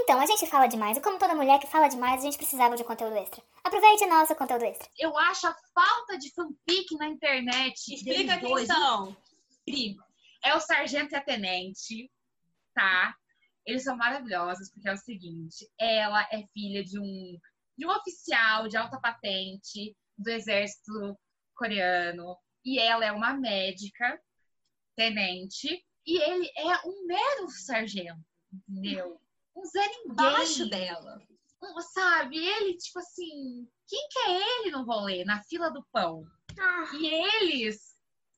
Então, a gente fala demais, e como toda mulher que fala demais, a gente precisava de conteúdo extra. Aproveite nosso conteúdo extra. Eu acho a falta de fanfic na internet. Explica quem são. Incrível. É o sargento e a tenente, tá? Eles são maravilhosos, porque é o seguinte, ela é filha de um oficial de alta patente do exército coreano, e ela é uma médica, tenente, e ele é um mero sargento, entendeu? Um Zé Ninguém. Baixo dela. Sabe? Ele, tipo assim, quem que é ele no rolê, na fila do pão? E eles...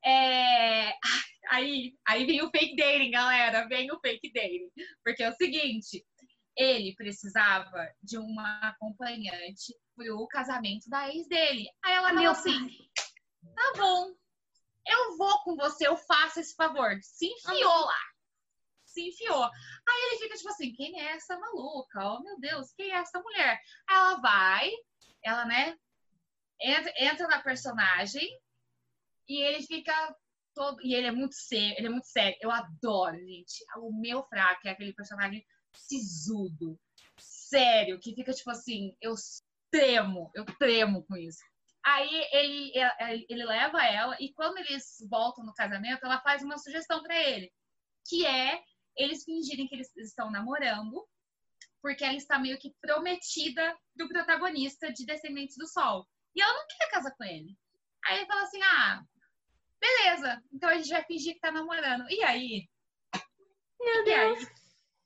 Aí vem o fake dating, galera. Vem o fake dating. Porque é o seguinte, ele precisava de uma acompanhante pro casamento da ex dele. Aí ela falou assim, tá bom, eu vou com você, eu faço esse favor. Se enfiou lá. Se enfiou. Aí ele fica tipo assim, quem é essa maluca? Oh, meu Deus, quem é essa mulher? Aí ela vai, ela, né, entra na personagem e ele fica todo... E ele é muito sério, Eu adoro, gente. O meu fraco é aquele personagem sisudo, sério, que fica tipo assim, eu tremo com isso. Aí ele leva ela e quando eles voltam no casamento, ela faz uma sugestão pra ele, que é eles fingirem que eles estão namorando, porque ela está meio que prometida do protagonista de Descendentes do Sol. E ela não quer casar com ele. Aí ele fala assim, beleza, então a gente vai fingir que tá namorando. E aí? Meu Deus! Aí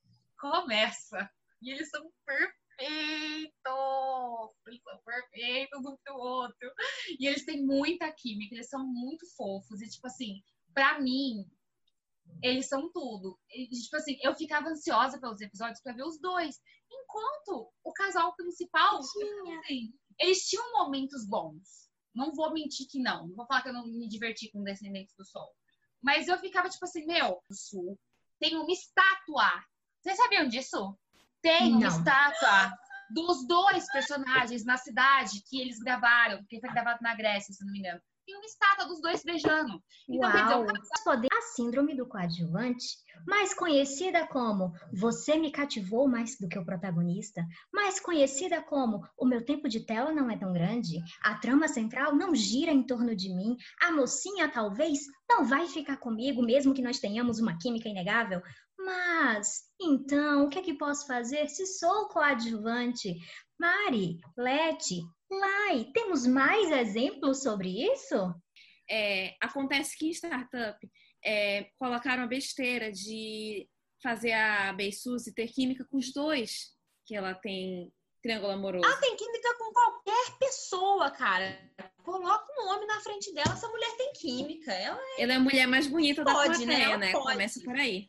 começa. E eles são perfeitos. Eles são perfeitos um pro outro. E eles têm muita química, eles são muito fofos. E tipo assim, pra mim, eles são tudo. E, tipo assim, eu ficava ansiosa pelos episódios pra ver os dois. Enquanto o casal principal, assim, eles tinham momentos bons. Não vou mentir que não. Não vou falar que eu não me diverti com Descendentes do Sol. Mas eu ficava tipo assim, no Sul tem uma estátua. Vocês sabiam disso? Tem uma estátua dos dois personagens na cidade que eles gravaram, porque foi gravado na Grécia, se não me engano. Tem uma estátua dos dois beijando. Então, Uau! A síndrome do coadjuvante, mais conhecida como Você me cativou mais do que o protagonista, mais conhecida como O meu tempo de tela não é tão grande, a trama central não gira em torno de mim, a mocinha talvez não vai ficar comigo mesmo que nós tenhamos uma química inegável. Mas, então, o que é que posso fazer se sou coadjuvante? Mari, Leti, Lai, temos mais exemplos sobre isso? Acontece que em startup colocaram a besteira de fazer a Beisuzi ter química com os dois, que ela tem triângulo amoroso. Ela tem química com qualquer pessoa, cara. Coloca um homem na frente dela, essa mulher tem química. Ela é a mulher mais bonita da plateia, né? Pode. Começa por aí.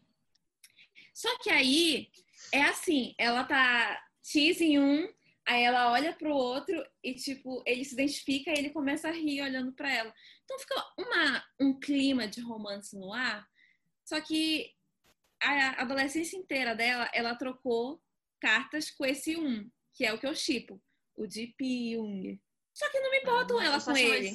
Só que aí, é assim, ela tá teasing aí ela olha pro outro e, tipo, ele se identifica e ele começa a rir olhando pra ela. Então fica um clima de romance no ar, só que a adolescência inteira dela, ela trocou cartas com esse que é o que eu shippo, o Ji Pyung. Só que não me botam ela com ele.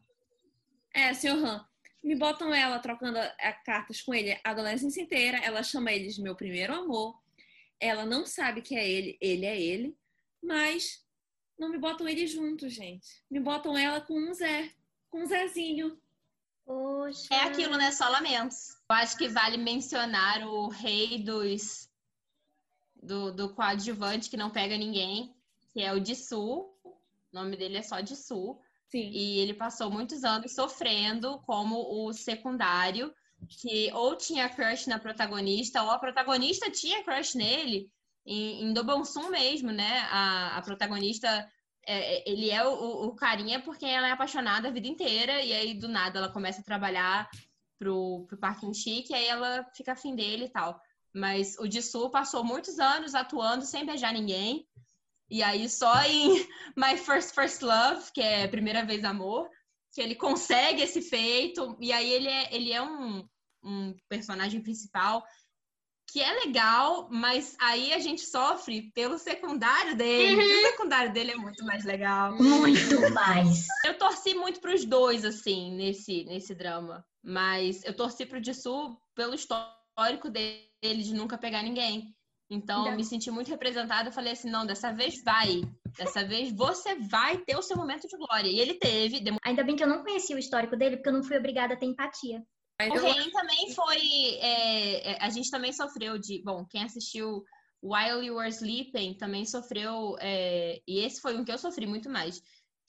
Sr. Han. Me botam ela trocando cartas com ele a adolescência inteira. Ela chama ele de meu primeiro amor. Ela não sabe que é ele é ele. Mas não me botam eles juntos, gente. Me botam ela com um Zé. Com um Zezinho. Poxa. É aquilo, né? Só lamentos. Eu acho que vale mencionar o rei do coadjuvante que não pega ninguém, que é o Jisoo. O nome dele é só Jisoo. Sim. E ele passou muitos anos sofrendo como o secundário, que ou tinha crush na protagonista, ou a protagonista tinha crush nele. Em Do Bong-soon mesmo, né? A protagonista, ele é o carinha porque ela é apaixonada a vida inteira, e aí do nada ela começa a trabalhar pro Park In-sik, e aí ela fica afim dele e tal. Mas o Jisoo passou muitos anos atuando sem beijar ninguém. E aí só em My First Love, que é Primeira Vez Amor, que ele consegue esse feito. E aí ele é um personagem principal que é legal, mas aí a gente sofre pelo secundário dele. O secundário dele é muito mais legal. Muito mais. Eu torci muito pros dois, assim, nesse drama. Mas eu torci pro Jisoo pelo histórico dele de nunca pegar ninguém. Então, eu me senti muito representada. Eu falei assim, não, dessa vez vai. Dessa vez você vai ter o seu momento de glória. E ele teve. Ainda bem que eu não conhecia o histórico dele, porque eu não fui obrigada a ter empatia. O Rein também foi... a gente também sofreu de... Bom, quem assistiu While You Were Sleeping também sofreu... e esse foi um que eu sofri muito mais.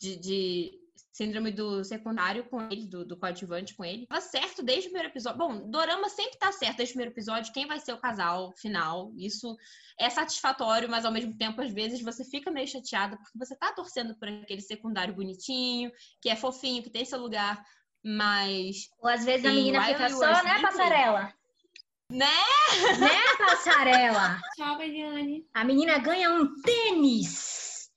De síndrome do secundário com ele, do coadjuvante com ele. Tava certo desde o primeiro episódio. Bom, dorama sempre tá certo desde o primeiro episódio. Quem vai ser o casal final. Isso é satisfatório, mas ao mesmo tempo, às vezes, você fica meio chateada porque você tá torcendo por aquele secundário bonitinho, que é fofinho, que tem seu lugar, mas... Ou às vezes a menina fica só, né, passarela? Né? Né, passarela? Tchau, Eliane. A menina ganha um tênis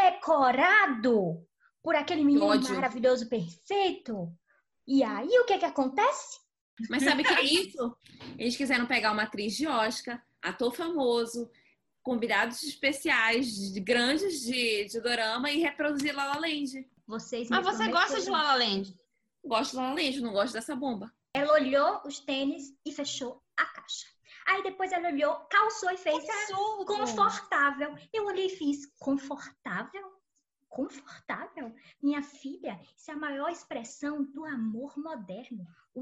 decorado por aquele menino maravilhoso, perfeito. E aí, o que acontece? Mas sabe o que é isso? Eles quiseram pegar uma atriz de Oscar, ator famoso, convidados especiais, grandes de dorama e reproduzir La La Land. Mas você gosta de La La Land? Gosto de La La Land, não gosto dessa bomba. Ela olhou os tênis e fechou a caixa. Aí depois ela olhou, calçou e fez confortável. Eu olhei e fiz confortável? Confortável? Minha filha, isso é a maior expressão do amor moderno.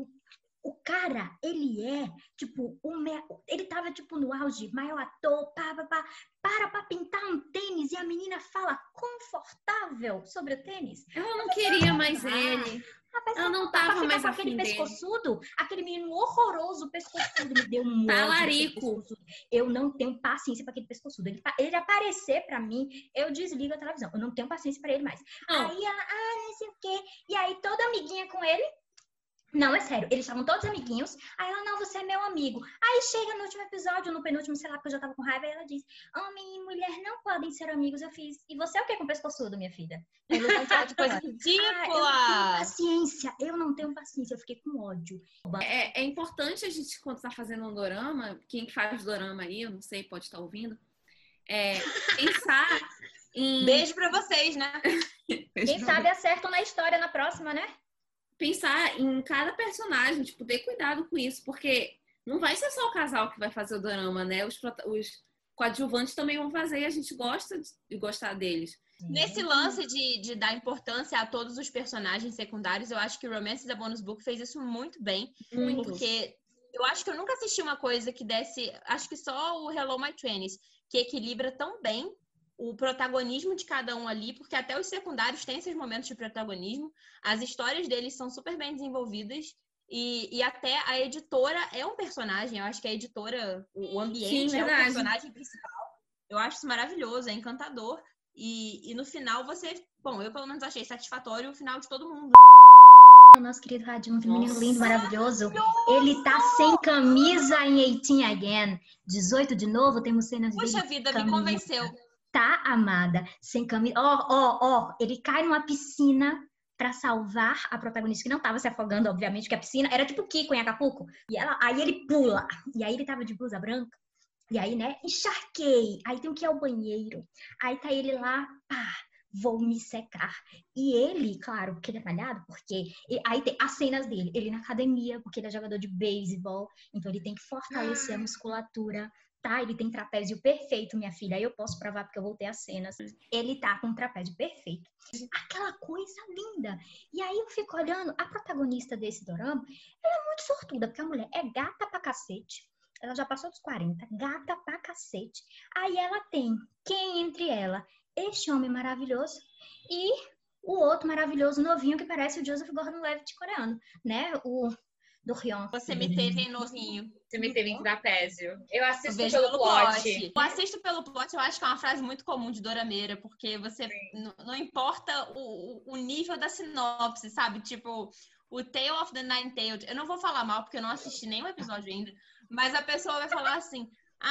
O cara, ele é, tipo, ele tava, tipo, no auge, maior ator, para pra pintar um tênis e a menina fala confortável sobre o tênis. Ela não queria mais ele. Ela não tava mais afim aquele dele. pescoçudo, aquele menino horroroso, pescoçudo, me deu um talarico. Eu não tenho paciência para aquele pescoçudo. Ele aparecer para mim, eu desligo a televisão. Eu não tenho paciência para ele mais. Não. Aí ela, não sei o quê. E aí toda amiguinha com ele. Não, é sério, eles estavam todos amiguinhos. Aí ela, não, você é meu amigo. Aí chega no último episódio, no penúltimo, sei lá, porque eu já tava com raiva, e ela diz, homem e mulher não podem ser amigos. Eu fiz, e você é o que com pescoçudo, minha filha? Que coisa ridícula! Eu não tenho paciência, eu fiquei com ódio. É importante a gente, quando tá fazendo um dorama, quem faz dorama aí, eu não sei, pode estar ouvindo, pensar em... Beijo pra vocês, né? Quem sabe acertam na história na próxima, né? Pensar em cada personagem, tipo, ter cuidado com isso, porque não vai ser só o casal que vai fazer o dorama, né? Os coadjuvantes também vão fazer e a gente gosta de gostar deles. Nesse lance de dar importância a todos os personagens secundários, eu acho que o Romance da Bonus Book fez isso muito bem. Muito. Porque eu acho que eu nunca assisti uma coisa que desse... Acho que só o Hello My Twenties, que equilibra tão bem o protagonismo de cada um ali, porque até os secundários têm esses momentos de protagonismo. As histórias deles são super bem desenvolvidas e até a editora é um personagem. Eu acho que a editora, o ambiente Sim, é o personagem principal. Eu acho isso maravilhoso, é encantador. E no final você... Bom, eu pelo menos achei satisfatório o final de todo mundo. O nosso querido Radiante, um menino lindo, maravilhoso. Ele tá sem camisa em 18 Again. 18 de novo, temos cenas dele. Puxa vida, camisa. me convenceu. Tá, amada, sem camisa. Ele cai numa piscina pra salvar a protagonista, que não tava se afogando, obviamente, porque a piscina era tipo Kiko em Acapulco. Aí ele pula. E aí ele tava de blusa branca. E aí, né, encharquei. Aí tem que ir ao banheiro. Aí tá ele lá, pá, vou me secar. E ele, claro, porque ele é malhado, porque... Aí tem as cenas dele. Ele na academia, porque ele é jogador de beisebol. Então ele tem que fortalecer a musculatura. Tá, ele tem trapézio perfeito, minha filha. Aí eu posso provar porque eu voltei as cenas. Ele tá com um trapézio perfeito. Aquela coisa linda. E aí eu fico olhando, a protagonista desse dorama, ela é muito sortuda, porque a mulher é gata pra cacete. Ela já passou dos 40, gata pra cacete. Aí ela tem, quem entre ela? Este homem maravilhoso e o outro maravilhoso novinho que parece o Joseph Gordon-Levitt coreano, né? O do Rion. Você me teve em novinho. Você me teve em trapézio. Eu assisto Eu pelo plot. Eu assisto pelo plot, eu acho que é uma frase muito comum de dorameira, porque você não importa o nível da sinopse, sabe? Tipo, o Tale of the Nine-Tailed. Eu não vou falar mal, porque eu não assisti nenhum episódio ainda, mas a pessoa vai falar assim,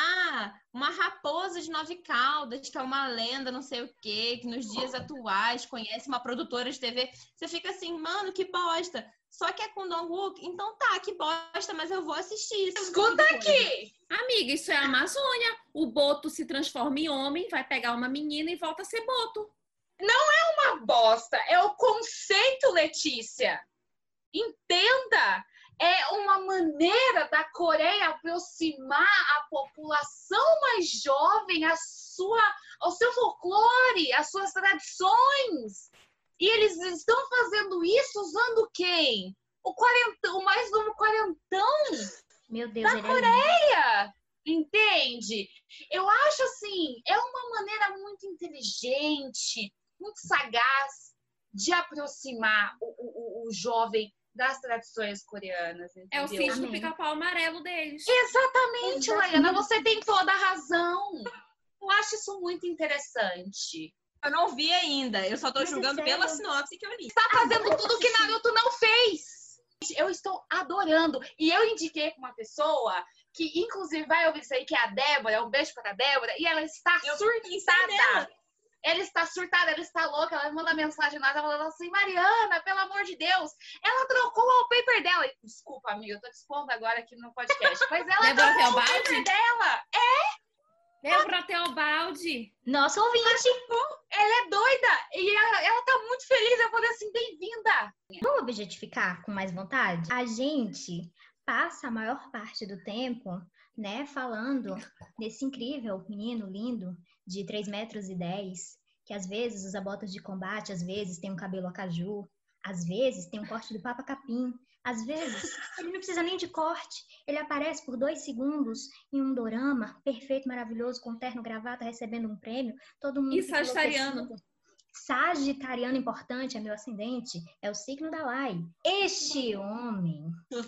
uma raposa de 9 caudas, que é uma lenda, não sei o quê, que nos dias atuais conhece uma produtora de TV. Você fica assim, mano, que bosta. Só que é com Dong-wook, então tá, que bosta, mas eu vou assistir. Escuta aqui! Amiga, isso é a Amazônia. O boto se transforma em homem, vai pegar uma menina e volta a ser boto. Não é uma bosta, é o conceito, Letícia. Entenda! É uma maneira da Coreia aproximar a população mais jovem ao seu folclore, às suas tradições. E eles estão fazendo isso usando quem? O mais novo quarentão Meu Deus, da ele Coreia. Entende? Eu acho assim, é uma maneira muito inteligente, muito sagaz de aproximar o jovem das tradições coreanas, entendeu? É o sítio do pica-pau amarelo deles. Exatamente, Laiana, você tem toda a razão. Eu acho isso muito interessante. Eu não vi ainda, eu só tô Mas é julgando sério? pela sinopse que eu li. Está fazendo tudo que Naruto não fez. Eu estou adorando. E eu indiquei para uma pessoa que, inclusive, vai ouvir isso aí, que é a Débora. Um beijo para a Débora. E ela está surtada. Ela está surtada, ela está louca. Ela manda mensagem lá, ela falando assim, Mariana, pelo amor de Deus, ela trocou o wallpaper dela. Desculpa, amiga, eu tô te expondo agora aqui no podcast. Mas ela Débora trocou o Teobaldi? wallpaper dela. Débora Teobaldi. Nosso ouvinte. Ela é doida. E ela tá muito feliz. Eu falei assim, bem-vinda. Vamos objetificar com mais vontade? A gente passa a maior parte do tempo, né, falando desse incrível menino lindo de 3,10 metros, que às vezes usa botas de combate, às vezes tem um cabelo acaju, às vezes tem um corte do Papa Capim, às vezes ele não precisa nem de corte, ele aparece por 2 segundos em um dorama perfeito, maravilhoso, com terno, gravata, recebendo um prêmio, todo mundo E fica sagitariano. enlouquecido. Sagitariano importante, é meu ascendente, é o signo da Lai. Este homem...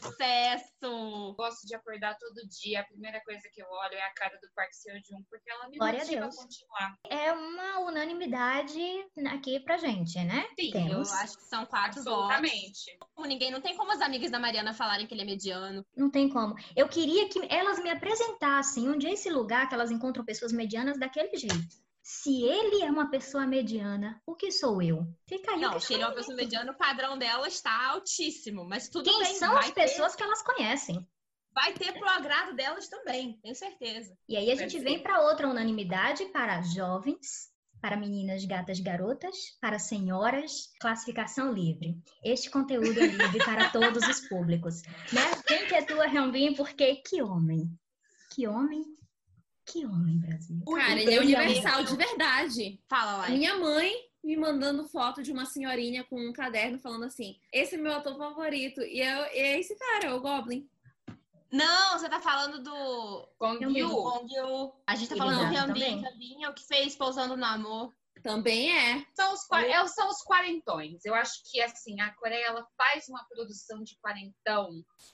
Sucesso! Gosto de acordar todo dia. A primeira coisa que eu olho é a cara do Park Seo-joon, porque ela me Glória a motiva a Deus. continuar. É uma unanimidade aqui pra gente, né? Sim, Temos. Eu acho que são 4 votos. Absolutamente. Não tem como as amigas da Mariana falarem que ele é mediano. Não tem como. Eu queria que elas me apresentassem onde é esse lugar que elas encontram pessoas medianas daquele jeito. Se ele é uma pessoa mediana, o que sou eu? Fica aí o Não, se ele é uma pessoa mediana, o padrão dela está altíssimo. Mas tudo Quem bem, são as pessoas que elas conhecem? vai ter pro agrado delas também, tenho certeza. E aí a gente vem para outra unanimidade para jovens, para meninas, gatas, garotas, para senhoras, classificação livre. Este conteúdo é livre para todos os públicos. Né? Quem que é tua, Hyunbin? Porque que homem? Que homem? Que homem, Brasil. Cara, ele é universal, de verdade. Fala A lá. minha mãe me mandando foto de uma senhorinha com um caderno falando assim, esse é meu ator favorito. E é esse cara, é o Goblin. Não, você tá falando do Gong Hyunbin. Yoo. Gong Yoo. A gente tá Ele falando do já Hyunbin, também. Hyunbin é o que fez Pousando no Amor. Também é. São os quarentões. Eu acho que, assim, a Coreia, ela faz uma produção de quarentão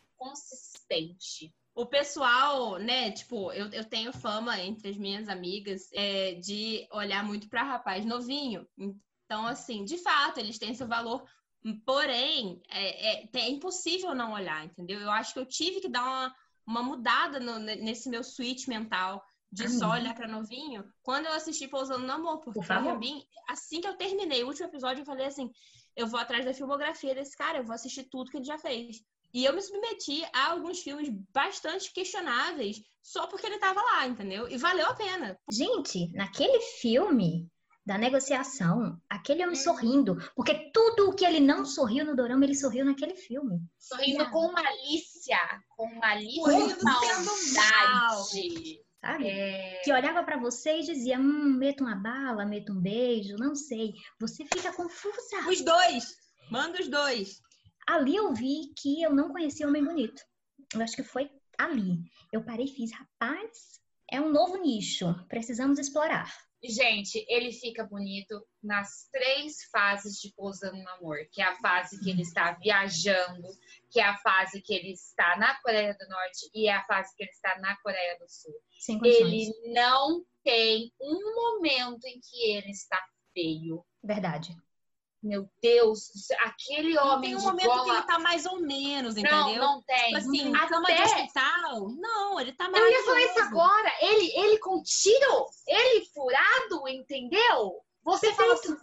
consistente. O pessoal, né, tipo, eu tenho fama entre as minhas amigas de olhar muito pra rapaz novinho. Então, assim, de fato, eles têm seu valor. Porém, é impossível não olhar, entendeu? Eu acho que eu tive que dar uma mudada nesse meu switch mental de só olhar pra novinho quando eu assisti Pousando no Amor. Porque Por favor. Hyunbin, assim que eu terminei o último episódio, eu falei assim, eu vou atrás da filmografia desse cara, eu vou assistir tudo que ele já fez. E eu me submeti a alguns filmes bastante questionáveis só porque ele tava lá, entendeu? E valeu a pena. Gente, naquele filme da negociação, aquele homem sorrindo, porque tudo o que ele não sorriu no dorama, ele sorriu naquele filme. Sorrindo com malícia. Com malícia Sorrindo e maldade. Sabe? Que olhava pra você e dizia, meta uma bala, meta um beijo, não sei. Você fica confusa. Os dois! Manda os dois! Ali eu vi que eu não conhecia homem bonito. Eu acho que foi ali. Eu parei e fiz, rapaz, é um novo nicho. Precisamos explorar. Gente, ele fica bonito nas 3 fases de Pousando no Amor, que é a fase que ele está viajando, que é a fase que ele está na Coreia do Norte e é a fase que ele está na Coreia do Sul. Sem condições. Ele não tem um momento em que ele está feio. Verdade. Meu Deus, aquele Não homem tem um de momento gola... que ele tá mais ou menos, entendeu? Não tem. Tipo assim, a cama de hospital, não, ele tá Eu maravilhoso. ia falar isso agora. Ele com tiro, ele furado, entendeu? Você fala assim,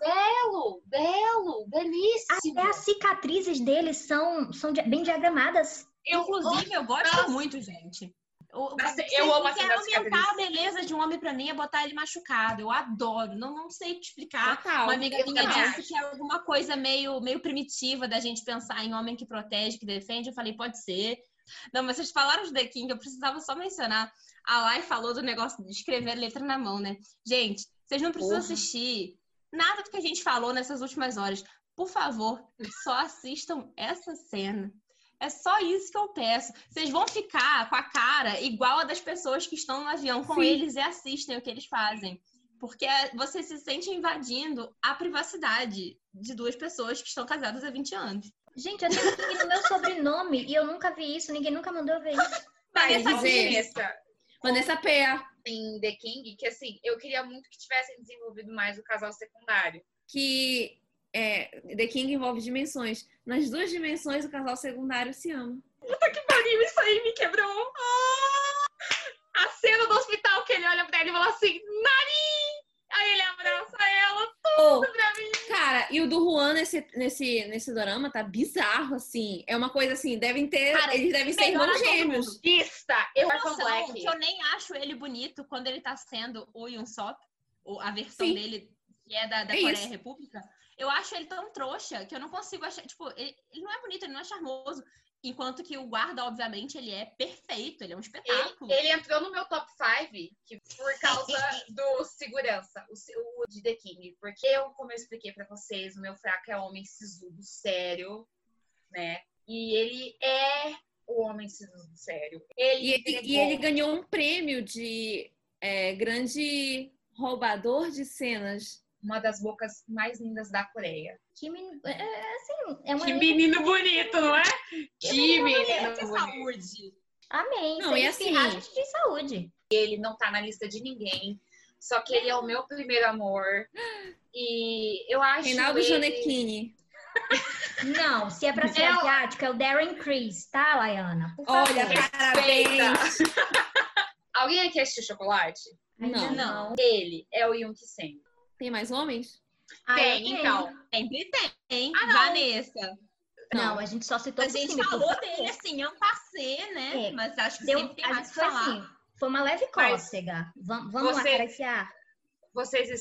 belo, belíssimo. Até as cicatrizes dele são bem diagramadas. Inclusive, eu gosto muito, gente. Eu amo a cena quer das aumentar a cicatrizes. beleza de um homem pra mim é botar ele machucado. Eu adoro. Não sei te explicar. Total. Uma amiga Eu minha também disse acho. que é alguma coisa meio primitiva da gente pensar em homem que protege, que defende. Eu falei, pode ser. Não, mas vocês falaram de The King, eu precisava só mencionar. A Lai falou do negócio de escrever letra na mão, né? Gente, vocês não precisam Porra. assistir nada do que a gente falou nessas últimas horas. Por favor, só assistam essa cena. É só isso que eu peço. Vocês vão ficar com a cara igual a das pessoas que estão no avião com Sim. eles e assistem o que eles fazem. Porque você se sente invadindo a privacidade de duas pessoas que estão casadas há 20 anos. Gente, eu tenho aqui no meu sobrenome e eu nunca vi isso, ninguém nunca mandou eu ver isso. Mas Quer a dizer- Vanessa Pea, em The King, que assim, eu queria muito que tivessem desenvolvido mais o casal secundário. que The King envolve dimensões. Nas 2 dimensões, o casal secundário se ama. Que pariu, isso aí me quebrou. A cena do hospital que ele olha pra ela e fala assim, Nari! Aí ele abraça ela, Oh, pra mim. cara, e o do Juan nesse dorama tá bizarro, assim. É uma coisa assim, Cara, eles devem ser melhor irmãos ator do gêmeos. mundo. Pista, eu Noção Orphan Black. que eu nem acho ele bonito quando ele tá sendo o Yoon-sop, a versão Sim. dele, que é da É Coreia isso. República. Eu acho ele tão trouxa que eu não consigo achar. Tipo, ele não é bonito, ele não é charmoso. Enquanto que o guarda, obviamente, ele é perfeito, ele é um espetáculo. Ele entrou no meu top 5 por causa do segurança, o de The King. Porque como eu expliquei pra vocês, o meu fraco é homem sisudo sério, né? E ele é o homem sisudo sério. E ele ganhou um prêmio de grande roubador de cenas. Uma das bocas mais lindas da Coreia. Que menino, assim, é uma... Que menino bonito, não é? Que menino Que bonito. saúde! Amém. Não, Se ele e assim- espirrar, a gente tem saúde. Ele não tá na lista de ninguém. Só que ele é o meu primeiro amor. E eu acho Reinaldo ele... Gianecchini. Não, se é pra ser asiático, é o Darren Criss, tá, Laiana? Por favor. Olha, parabéns! Alguém aqui assistiu Chocolate? Ainda Não. Ele é o Yoon Ki-sen. Tem mais homens? Ah, eu Tem, tenho. então. Sempre tem. Ah, não. Vanessa. Não, a gente só citou A por gente cima. falou por dele favor. assim, eu passei, né? É, Mas acho que Deu, sempre tem a mais gente que foi falar. assim, foi uma leve Mas cócega. Vamos você- acariciar? Vocês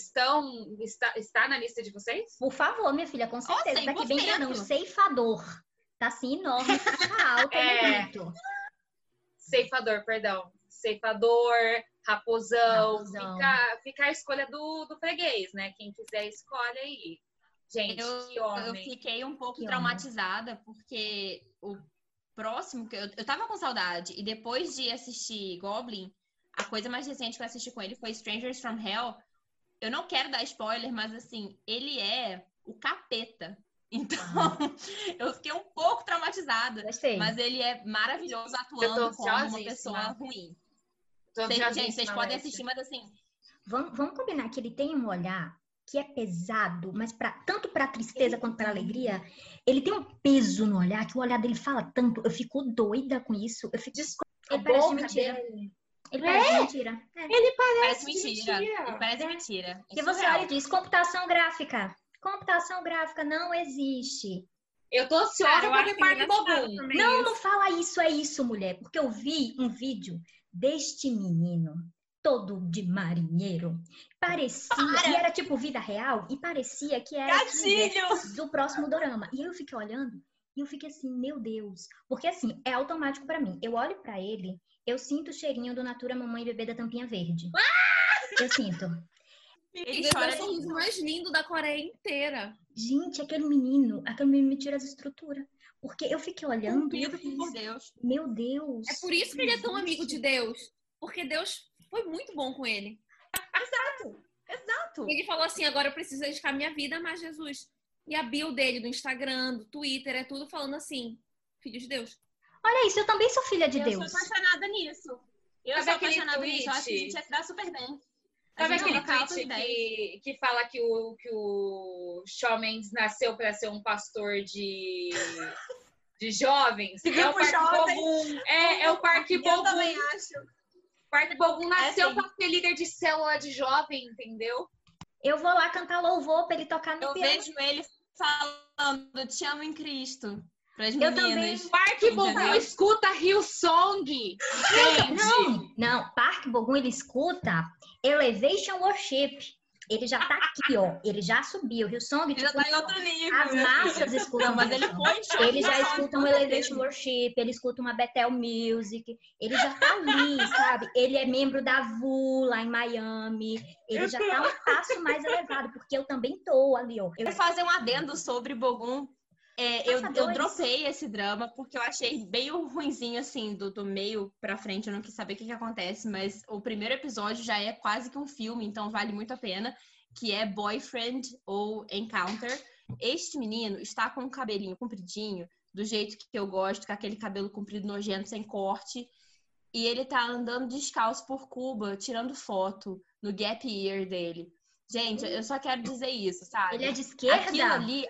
está na lista de vocês? Por favor, minha filha, com certeza. Daqui bem 100%. grandão, ceifador. Tá assim, enorme, caixa alta, É. bonito. Ceifador, perdão. Ceifador, raposão. Raposão. Fica a escolha do freguês, né? Quem quiser, escolhe aí. Gente, que Eu homem. fiquei um pouco Que traumatizada, porque o próximo, que eu tava com saudade, e depois de assistir Goblin, a coisa mais recente que eu assisti com ele foi Strangers from Hell. Eu não quero dar spoiler, mas assim, ele é o capeta. Então, eu fiquei um pouco traumatizada. Gostei. Mas ele é maravilhoso Eu atuando tô como uma ansiosíssima. pessoa ruim. Tô Gente, ansiosíssima, vocês podem Alessia. assistir, mas assim, Vamos combinar que ele tem um olhar que é pesado, mas tanto para tristeza quanto para alegria. Ele tem um peso no olhar, que o olhar dele fala tanto. Eu fico doida com isso. Eu fico... A Ele parece de boca mentira. dele. Ele parece de mentira. É. Ele parece de mentira. mentira. Ele parece mentira. É Porque você surreal. olha e diz, computação gráfica. Computação gráfica não existe. Eu tô ansiosa Cara, eu pra acho ver Parque engraçado Bogum. também Não, isso. não fala isso, é isso, mulher. Porque eu vi um vídeo deste menino, todo de marinheiro. Parecia, e era tipo vida real, e parecia que era Gatilho! do próximo dorama. E aí eu fiquei olhando, e eu fiquei assim, meu Deus. Porque assim, é automático pra mim. Eu olho pra ele, eu sinto o cheirinho do Natura Mamãe Bebê da tampinha verde. Eu sinto. Ele Ele é chora o sorriso mais lindo da Coreia inteira. Gente, aquele menino me tira as estruturas. Porque eu fiquei olhando e eu Cumprido por fiz, Deus. meu Deus. É por isso que ele é tão amigo de Deus. Porque Deus foi muito bom com ele. Exato. Ele falou assim, agora eu preciso dedicar minha vida a mais Jesus. E a bio dele, do Instagram, do Twitter, é tudo falando assim, filho de Deus. Olha isso, eu também sou filha de Eu Deus. sou apaixonada nisso. Eu Sabe sou aquele apaixonada nisso. Eu acho que a tweet? gente ia se dar super bem. A Sabe gente aquele trocar altas tweet ideias. que fala que o Shawn Mendes nasceu para ser um pastor de jovens? De É o grupo Parque jovem. Bogum. É o Parque Eu Bogum. também acho. O Parque Bogum nasceu sim. para ser líder de célula de jovem, entendeu? Eu vou lá cantar louvor pra ele tocar no Eu piano. vejo ele falando, te amo em Cristo. pras Eu meninas. também. Park Bo-gum Entendeu? escuta Hillsong. Gente. Não, Park Bo-gum, ele escuta Elevation Worship. Ele já tá aqui, ó. Ele já subiu. Hillsong, Ele já tipo, tá em outro nível. as massas escutam. Não, mas ele Hillsong. foi em choque Ele já de escuta som, um com Elevation certeza. Worship, ele escuta uma Bethel Music, ele já tá ali, sabe? Ele é membro da VU lá em Miami, ele já tá um passo mais elevado, porque eu também tô ali, ó. Eu Quero fazer um adendo sobre Bogum. Eu Caçadores. dropei esse drama porque eu achei meio ruinzinho, assim, do meio pra frente. Eu não quis saber o que acontece, mas o primeiro episódio já é quase que um filme, então vale muito a pena, que é Boyfriend ou Encounter. Este menino está com um cabelinho compridinho, do jeito que eu gosto, com aquele cabelo comprido nojento, sem corte, e ele tá andando descalço por Cuba, tirando foto no gap year dele. Gente, eu só quero dizer isso, sabe? Ele é de esquerda? Aquilo ali,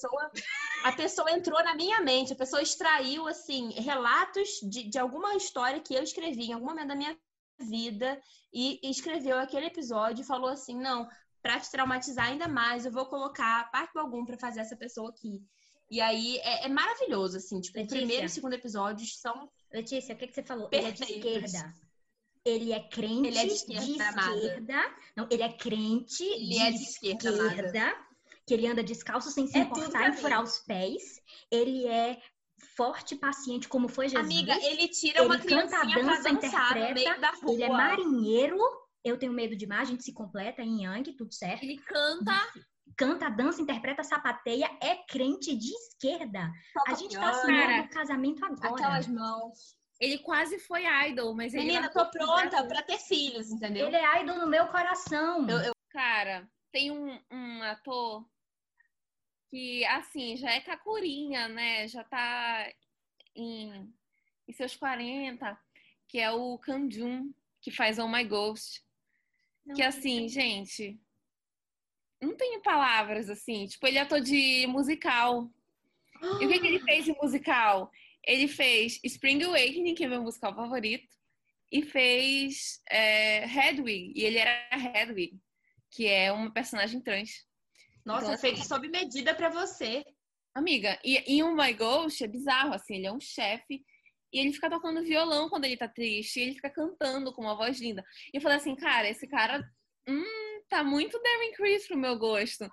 a pessoa entrou na minha mente, a pessoa extraiu, assim, relatos de alguma história que eu escrevi em algum momento da minha vida e escreveu aquele episódio e falou assim, não, pra te traumatizar ainda mais, eu vou colocar Park Bo-gum pra fazer essa pessoa aqui. E aí, é maravilhoso, assim, tipo, Letícia. o primeiro e o segundo episódios são Letícia, o que você falou? perfeitos. Ele é de esquerda. Ele é crente Ele é de esquerda, amada. Não, ele é crente Ele é de esquerda, amada. que ele anda descalço sem se É tudo importar pra em furar os pés. Ele é forte e paciente, como foi Jesus. Amiga, ele tira uma Ele canta, criancinha pra dança, dançar no meio da rua. Ele é marinheiro. Eu tenho medo de mar, a gente se completa em Yang, tudo certo. Ele canta. Dança, interpreta, sapateia, é crente de esquerda. A gente tá assinando o casamento agora. Aquelas mãos. Ele quase foi idol, mas ele... Menina, tô pronta pra ter filhos, entendeu? Ele é idol no meu coração. Cara, tem um ator que, assim, já é cacurinha, né? Já tá em seus 40, que é o Kang Joon, que faz Oh My Ghost. Que, assim, gente, não tenho palavras, assim. Tipo, ele é ator de musical. E o que ele fez de musical? Ele fez Spring Awakening, que é meu musical favorito, e fez Hedwig, e ele era Hedwig, que é uma personagem trans. Nossa, Então, feito sob medida pra você. Amiga, e o My Ghost é bizarro, assim, ele é um chefe, e ele fica tocando violão quando ele tá triste, e ele fica cantando com uma voz linda. E eu falei assim, cara, esse cara tá muito Darren Criss pro meu gosto.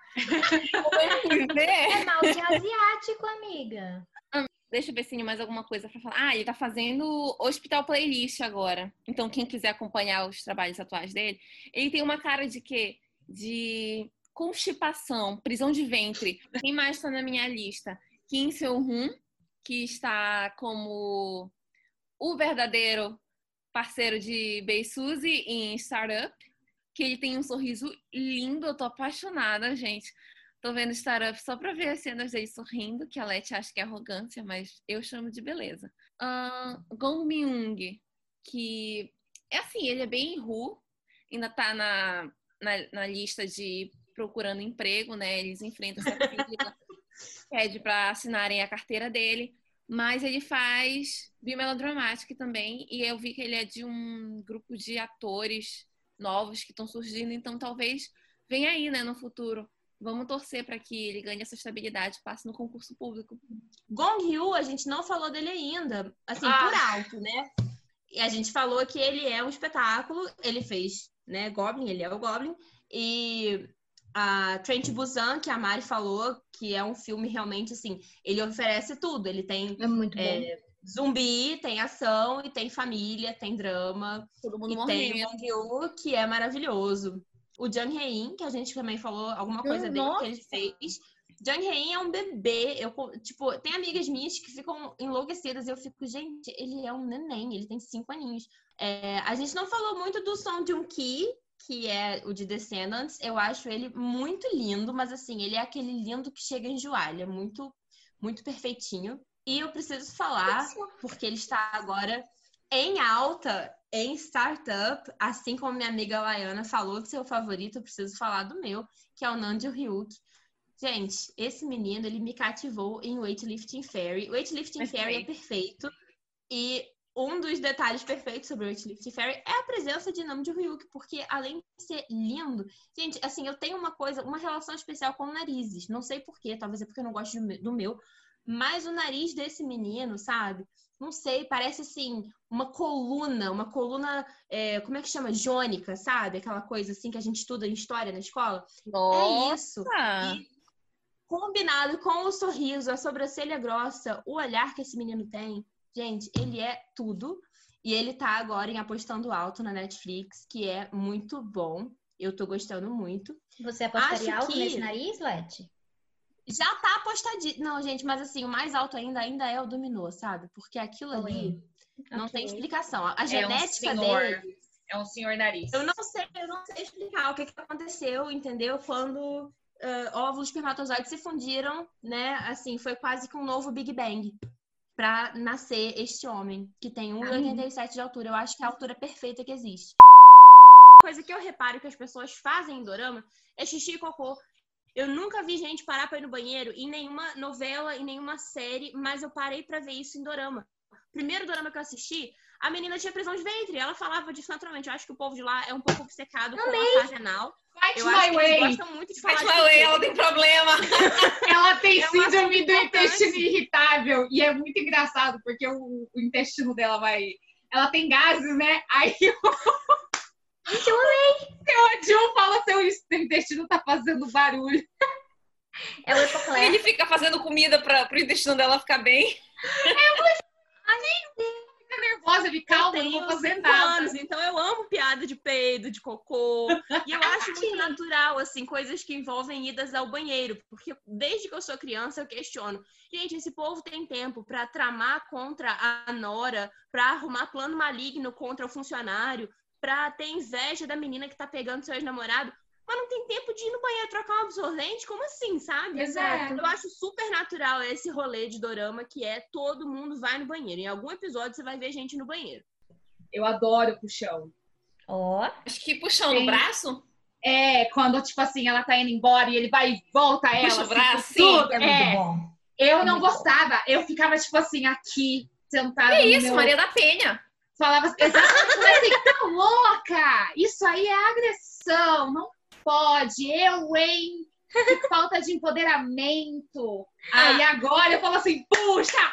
É mal de asiático, amiga. Deixa eu ver se tem mais alguma coisa pra falar. Ah, ele tá fazendo Hospital Playlist agora. Então, quem quiser acompanhar os trabalhos atuais dele, ele tem uma cara de quê? De constipação, prisão de ventre. Quem mais tá na minha lista? Kim Seo-hoon, que está como o verdadeiro parceiro de Bae Suzy em Startup, que ele tem um sorriso lindo, eu tô apaixonada, gente. Tô vendo Startup só pra ver as cenas dele sorrindo, que a Leti acha que é arrogância, mas eu chamo de beleza. Gong Myung, que é assim, ele é bem ru, ainda tá na lista de procurando emprego, né? Eles enfrentam essa fila, pede pra assinarem a carteira dele, mas ele faz Bimelodramatic também, e eu vi que ele é de um grupo de atores novos que estão surgindo, então talvez venha aí, né, no futuro. Vamos torcer para que ele ganhe essa estabilidade e passe no concurso público. Gong Yoo, a gente não falou dele ainda, assim, por alto, né? E a gente falou que ele é um espetáculo, ele fez, né, Goblin, ele é o Goblin, e a Train to Busan, que a Mari falou, que é um filme realmente, assim, ele oferece tudo, ele tem muito bom. Zumbi, tem ação, e tem família, tem drama, Todo mundo e morrendo. tem o Gong Yoo, que é maravilhoso. O Jung Hae-in, que a gente também falou alguma coisa dele que ele fez. Jung Hae-in é um bebê. Tem amigas minhas que ficam enlouquecidas e eu fico, gente, ele é um neném, ele tem 5 aninhos. A gente não falou muito do Song Joong-ki, que é o de Descendants. Eu acho ele muito lindo, mas assim, ele é aquele lindo que chega a enjoar. Ele é muito, muito perfeitinho. E eu preciso falar, porque ele está agora em alta em Startup, assim como minha amiga Laiana falou do seu favorito, eu preciso falar do meu, que é o Nam Joo-hyuk. Gente, esse menino, ele me cativou em Weightlifting Fairy. Weightlifting Fairy é perfeito. E um dos detalhes perfeitos sobre Weightlifting Fairy é a presença de Nam Joo-hyuk, porque além de ser lindo, gente, assim, eu tenho uma relação especial com narizes. Não sei porquê, talvez é porque eu não gosto do meu, Mas o nariz desse menino, sabe? Não sei, parece assim, uma coluna, como é que chama? Jônica, sabe? Aquela coisa assim que a gente estuda em história na escola. É isso. E combinado com o sorriso, a sobrancelha grossa, o olhar que esse menino tem, gente, ele é tudo. E ele tá agora em Apostando Alto na Netflix, que é muito bom. Eu tô gostando muito. Você apostaria alto nesse nariz, Leti? Já tá apostadinho. Não, gente, mas assim, o mais alto ainda é o dominó, sabe? Porque aquilo ali não tem explicação. A genética dele... É um senhor nariz. Eu não sei explicar o que aconteceu, entendeu? Quando óvulos e espermatozoides se fundiram, né? Assim, foi quase que um novo Big Bang pra nascer este homem, que tem 1,87 de altura. Eu acho que é a altura perfeita que existe. Coisa que eu reparo que as pessoas fazem em dorama é xixi e cocô. Eu nunca vi gente parar pra ir no banheiro em nenhuma novela, em nenhuma série, mas eu parei pra ver isso em dorama. Primeiro dorama que eu assisti, a menina tinha prisão de ventre. Ela falava disso naturalmente. Eu acho que o povo de lá é um pouco obcecado com a fase anal. Eu acho que eles gostam muito de falar Fight My Way, ela tem problema. Ela tem síndrome do intestino irritável. E é muito engraçado, porque o intestino dela vai... Ela tem gases, né? Aí Gente, eu amei! a Jill fala seu intestino tá fazendo barulho. É o Epocler. Ele fica fazendo comida pro intestino dela ficar bem. Fica nervosa, ele calma, não vou fazer 5 nada. anos, então eu amo piada de peido, de cocô. E eu acho muito natural, assim, coisas que envolvem idas ao banheiro. Porque desde que eu sou criança, eu questiono. Gente, esse povo tem tempo pra tramar contra a nora, pra arrumar plano maligno contra o funcionário, pra ter inveja da menina que tá pegando seu ex-namorado. Mas não tem tempo de ir no banheiro trocar um absorvente? Como assim, sabe? Exato. Eu acho super natural esse rolê de dorama que é todo mundo vai no banheiro. Em algum episódio você vai ver gente no banheiro. Eu adoro puxão. Acho que puxão no braço? É, quando, tipo assim, ela tá indo embora e ele vai e volta ela. Puxa o braço, tudo. É muito bom. Eu não gostava. Eu ficava, tipo assim, aqui, sentada Que no isso, Maria da Penha? Falava exatamente assim, tá louca! Isso aí é agressão, não pode. Que falta de empoderamento. Aí agora eu falo assim, puxa!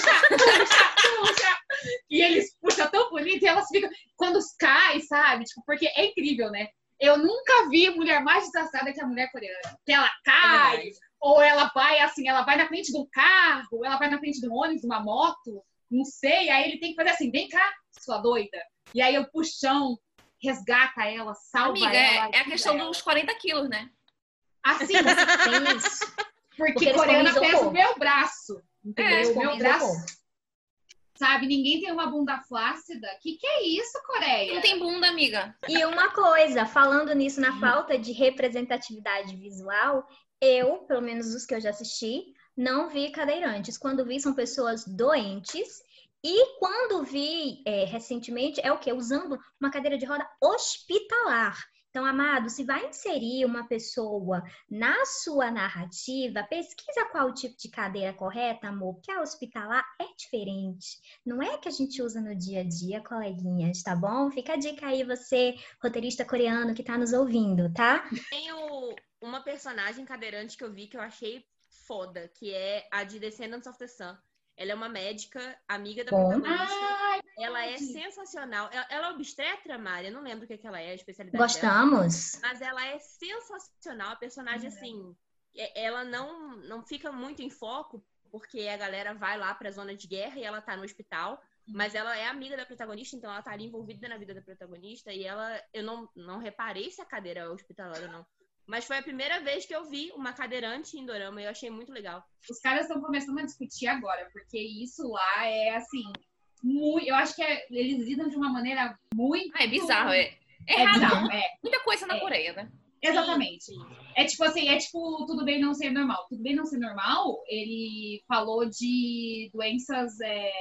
E eles puxam tão bonito e elas ficam... Quando cai, sabe? Tipo, porque é incrível, né? Eu nunca vi mulher mais desastrada que a mulher coreana. Que ela cai, ou ela vai assim, ela vai na frente do carro, ela vai na frente do ônibus, de uma moto, não sei. Aí ele tem que fazer assim, vem cá, sua doida. E aí o puxão resgata ela, salva Amiga, ela. é a questão dos 40 quilos, né? Assim, Tem isso. porque coreana pesa o meu braço. Entendeu? O meu braço. Isopor. Sabe, ninguém tem uma bunda flácida. Que é isso, Coreia? Não tem bunda, amiga. E uma coisa, falando nisso na falta de representatividade visual, eu, pelo menos os que eu já assisti, não vi cadeirantes. Quando vi, são pessoas doentes. E quando vi recentemente, é o quê? Usando uma cadeira de roda hospitalar. Então, amado, se vai inserir uma pessoa na sua narrativa, pesquisa qual o tipo de cadeira correta, amor, porque a hospitalar é diferente. Não é que a gente usa no dia a dia, coleguinhas, tá bom? Fica a dica aí, você, roteirista coreano que tá nos ouvindo, tá? Tenho uma personagem cadeirante que eu vi que eu achei foda, que é a de Descendants of the Sun. Ela é uma médica, amiga da protagonista. Ela é sensacional. Ela é obstetra, Mari? Eu não lembro o que ela é, a especialidade Gostamos. dela. Mas ela é sensacional. A personagem, assim, ela não fica muito em foco, porque a galera vai lá pra zona de guerra e ela tá no hospital. Mas ela é amiga da protagonista, então ela tá ali envolvida na vida da protagonista. E eu não reparei se a cadeira é hospitalar ou não. Mas foi a primeira vez que eu vi uma cadeirante em dorama e eu achei muito legal. Os caras estão começando a discutir agora, porque isso lá é, assim, muito... Eu acho que eles lidam de uma maneira muito... É bizarro, é bizarro, muita coisa na Coreia, né? Exatamente. Sim. É tipo assim, Tudo Bem Não Ser Normal. Tudo Bem Não Ser Normal, ele falou de doenças...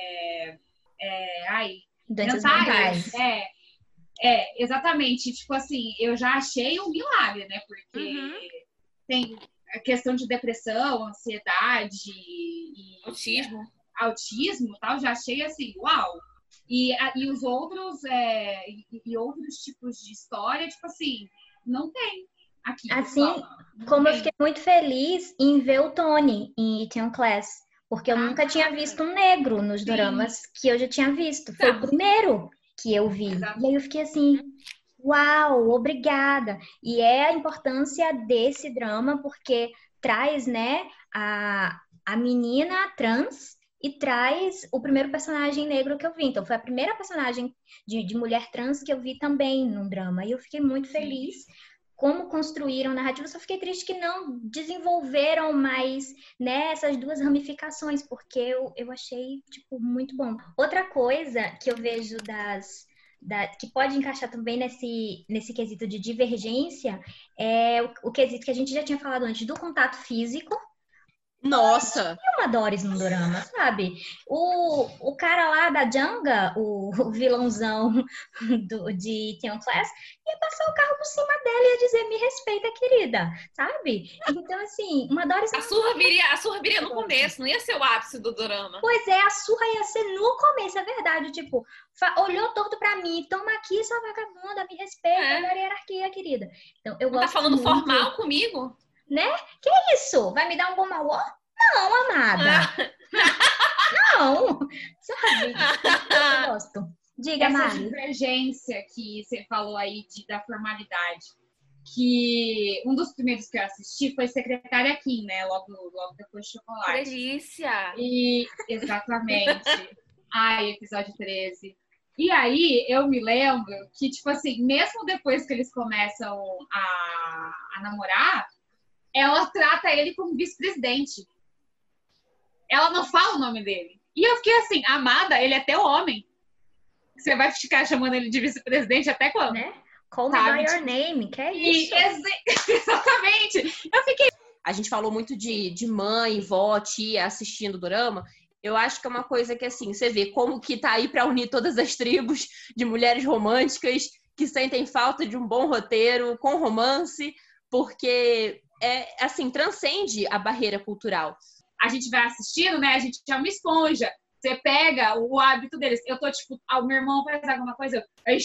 Doenças mentais. Exatamente. Tipo assim, eu já achei um milagre, né? Porque tem a questão de depressão, ansiedade e autismo e tal, já achei assim, uau! E os outros outros tipos de história, tipo assim, não tem aqui. Assim, como eu fiquei muito feliz em ver o Tony em Itaewon Class. Porque eu nunca tinha visto um negro nos doramas que eu já tinha visto. Foi o primeiro que eu vi. E aí eu fiquei assim, uau, obrigada. E é a importância desse drama, porque traz, né, a menina trans e traz o primeiro personagem negro que eu vi. Então, foi a primeira personagem de mulher trans que eu vi também num drama. E eu fiquei muito feliz como construíram a narrativa. Só fiquei triste que não desenvolveram mais, né, essas duas ramificações, porque eu achei, tipo, muito bom. Outra coisa que eu vejo que pode encaixar também nesse quesito de divergência é o quesito que a gente já tinha falado antes, do contato físico. Nossa! E uma Doris no dorama, sabe? O cara lá da Janga, o vilãozão de Theon Class, ia passar o carro por cima dela e ia dizer, me respeita, querida, sabe? Então, assim, uma Doris... A surra viria no começo, não ia ser o ápice do dorama. Pois é, a surra ia ser no começo, é verdade. Tipo, olhou torto pra mim, toma aqui, sua vagabunda, me respeita, da hierarquia, querida. Então, eu gosto tá falando muito... formal comigo? Né? Que isso? Vai me dar um bom mal? Não, amada. Não, sabe? Eu gosto. Diga, essa Mari. divergência que você falou aí da formalidade. Que um dos primeiros que eu assisti foi Secretária Kim, né? Logo depois de Chocolate. Delícia! E, exatamente. Ai, episódio 13. E aí, eu me lembro que, tipo assim, mesmo depois que eles começam a namorar, ela trata ele como vice-presidente. Ela não fala o nome dele. E eu fiquei assim, amada, ele é teu homem. Você vai ficar chamando ele de vice-presidente até quando? Né? Call me by your name, que é isso? Exatamente. Eu fiquei... A gente falou muito de mãe, vó, tia assistindo o dorama. Eu acho que é uma coisa que, assim, você vê como que tá aí pra unir todas as tribos de mulheres românticas que sentem falta de um bom roteiro com romance, porque, assim, transcende a barreira cultural. A gente vai assistindo, né? A gente é uma esponja. Você pega o hábito deles. Eu tô, tipo, o meu irmão faz alguma coisa,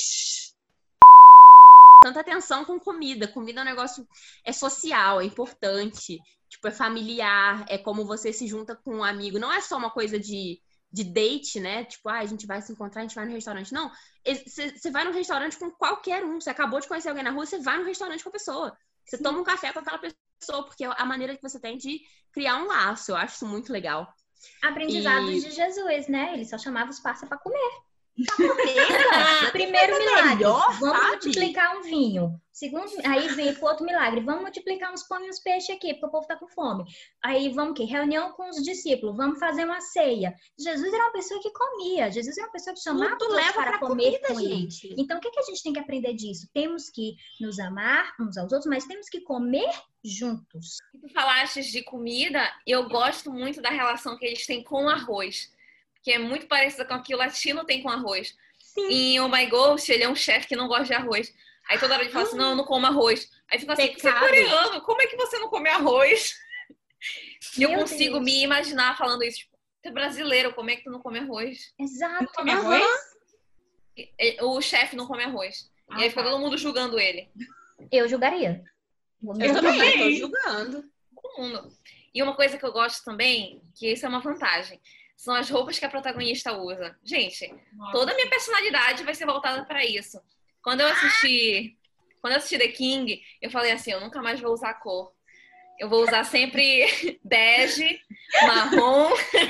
Tanta atenção com comida. Comida é um negócio, é social, é importante. Tipo, é familiar, é como você se junta com um amigo. Não é só uma coisa de date, né? Tipo, a gente vai se encontrar, a gente vai no restaurante. Não, você vai no restaurante com qualquer um. Você acabou de conhecer alguém na rua, você vai no restaurante com a pessoa. Você toma um café com aquela pessoa, porque é a maneira que você tem de criar um laço. Eu acho isso muito legal. Aprendizados de Jesus, né? Ele só chamava os parça pra comer. Primeiro milagre, vamos multiplicar um vinho. Segundo, aí vem pro outro milagre, vamos multiplicar uns pão e uns peixes aqui, porque o povo tá com fome. Aí vamos o quê? Reunião com os discípulos, vamos fazer uma ceia. Jesus era uma pessoa que comia, Jesus era uma pessoa que chamava todos para comer com ele. Então, o que a gente tem que aprender disso? Temos que nos amar uns aos outros, mas temos que comer juntos. Tu falaste de comida, eu gosto muito da relação que eles têm com o arroz, que é muito parecida com o que o latino tem com arroz. Sim. Em Oh My Ghost, ele é um chefe que não gosta de arroz. Aí toda hora ele fala assim, não, eu não como arroz. Aí fica assim, você é coreano, como é que você não come arroz? E eu consigo me imaginar falando isso. Tipo, você é brasileiro, como é que tu não come arroz? Exato. Não come arroz? O chefe não come arroz. E aí fica todo mundo julgando ele. Eu julgaria. Eu também tô julgando. Todo mundo. E uma coisa que eu gosto também, que isso é uma vantagem, são as roupas que a protagonista usa. Gente, toda a minha personalidade vai ser voltada para isso. Quando eu assisti The King, eu falei assim, eu nunca mais vou usar cor. Eu vou usar sempre bege, marrom,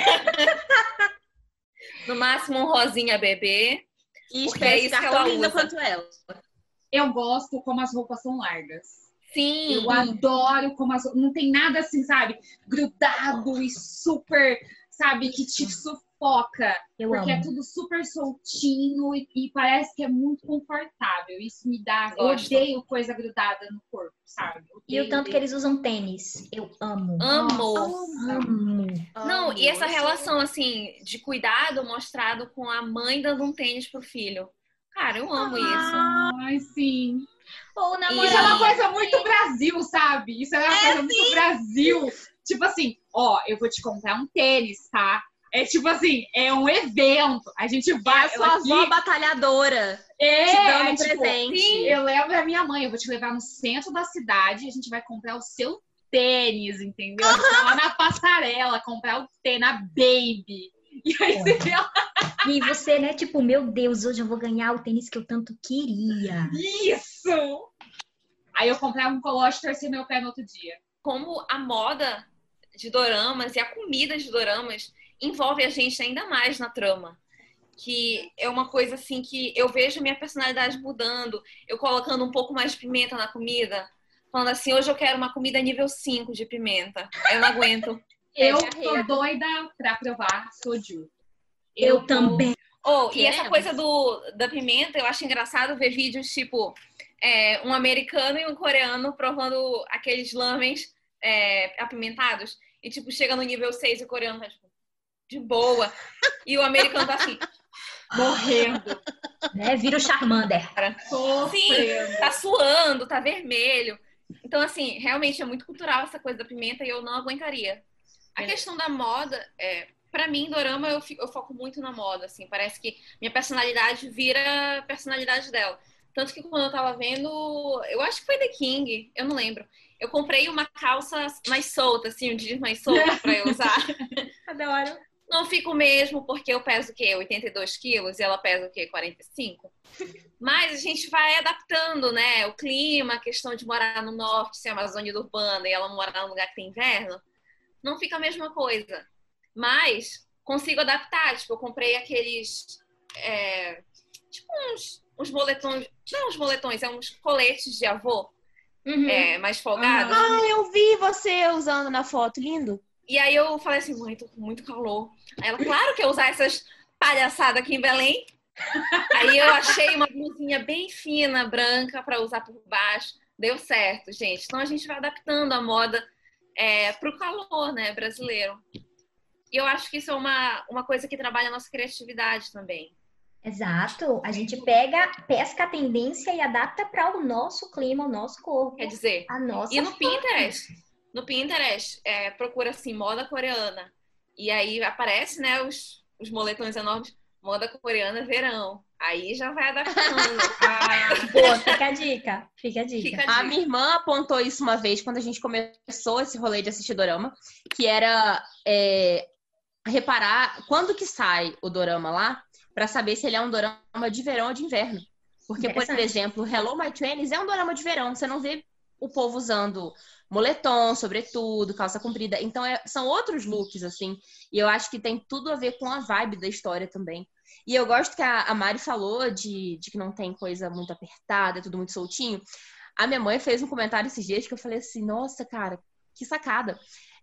no máximo um rosinha bebê. E espero ficar tão linda quanto ela. Eu gosto como as roupas são largas. Sim. Eu adoro como não tem nada assim, sabe? Grudado e super, sabe? Que te sufoca. Porque é tudo super soltinho e parece que é muito confortável. Isso me dá... Eu odeio coisa grudada no corpo, sabe? E o tanto que eles usam tênis. Eu amo. Amo. Não, e essa relação, assim, de cuidado mostrado com a mãe dando um tênis pro filho. Cara, eu amo isso. Ai, sim. Ou Isso é uma coisa muito Brasil, sabe? Isso é uma coisa muito Brasil. Tipo assim, ó, eu vou te comprar um tênis, tá? É tipo assim, é um evento. A gente vai. É a sua avó batalhadora. Te dando um tipo, presente. Sim, eu levo a minha mãe, eu vou te levar no centro da cidade, a gente vai comprar o seu tênis, entendeu? A gente ia lá na passarela comprar o tênis na Baby. E aí você vê lá. E você, né, tipo, meu Deus, hoje eu vou ganhar o tênis que eu tanto queria. Isso! Aí eu comprava um colote e torcia meu pé no outro dia. Como a moda de doramas e a comida de doramas envolve a gente ainda mais na trama. Que é uma coisa assim que eu vejo minha personalidade mudando, eu colocando um pouco mais de pimenta na comida, falando assim, hoje eu quero uma comida nível 5 de pimenta. Eu não aguento. Eu tô doida pra provar soju. Eu também. E essa coisa da pimenta, eu acho engraçado ver vídeos tipo um americano e um coreano provando aqueles lamens apimentados. E tipo, chega no nível 6 e o coreano tá tipo, de boa. E o americano tá assim, morrendo. Né? Vira o Charmander. Sim, tá suando, tá vermelho. Então, assim, realmente é muito cultural essa coisa da pimenta e eu não aguentaria. A questão da moda, pra mim, dorama, eu foco muito na moda, assim. Parece que minha personalidade vira a personalidade dela. Tanto que quando eu tava vendo, eu acho que foi The King, eu não lembro. Eu comprei uma calça mais solta, assim, um jeans mais solto pra eu usar. Adoro. Não fico mesmo, porque eu peso o quê? 82 quilos e ela pesa o quê? 45? Mas a gente vai adaptando, né? O clima, a questão de morar no norte, ser Amazônia urbana e ela morar num lugar que tem inverno, não fica a mesma coisa. Mas consigo adaptar. Tipo, eu comprei aqueles... tipo uns moletões... Não uns moletões, uns coletes de avô. Mais folgados. Ah, eu vi você usando na foto. Lindo. E aí eu falei assim, mãe, tô com muito calor. Aí ela, claro que eu usar essas palhaçadas aqui em Belém. Aí eu achei uma blusinha bem fina, branca, pra usar por baixo. Deu certo, gente. Então a gente vai adaptando a moda pro calor, né, brasileiro. E eu acho que isso é uma coisa que trabalha a nossa criatividade também. Exato. A gente pesca a tendência e adapta para o nosso clima, o nosso corpo. Quer dizer, a nossa e no forma. Pinterest... No Pinterest, procura assim, moda coreana. E aí aparece, né, os moletões enormes, moda coreana verão. Aí já vai adaptando. Boa, fica a dica. Fica a dica. A minha irmã apontou isso uma vez quando a gente começou esse rolê de assistir dorama, que era reparar quando que sai o dorama lá, pra saber se ele é um dorama de verão ou de inverno. Porque, por exemplo, Hello My Twenties é um dorama de verão. Você não vê o povo usando moletom, sobretudo, calça comprida. Então, são outros looks, assim. E eu acho que tem tudo a ver com a vibe da história também. E eu gosto que a Mari falou de que não tem coisa muito apertada, é tudo muito soltinho. A minha mãe fez um comentário esses dias que eu falei assim, nossa, cara, que sacada.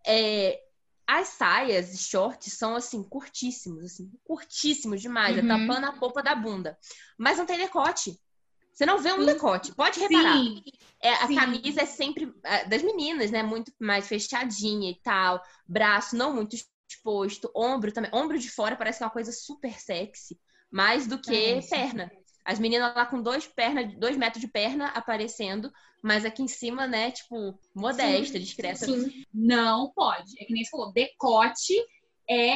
As saias e shorts são, assim, curtíssimos demais. É tapando a polpa da bunda. Mas não tem decote. Você não vê um decote. Pode reparar. Sim. A camisa é sempre das meninas, né? Muito mais fechadinha e tal. Braço não muito exposto. Ombro também. Ombro de fora parece que é uma coisa super sexy. Mais do que perna. As meninas lá com 2 metros de perna aparecendo. Mas aqui em cima, né? Tipo, modesta, discreta. Sim. Não pode. É que nem você falou. Decote é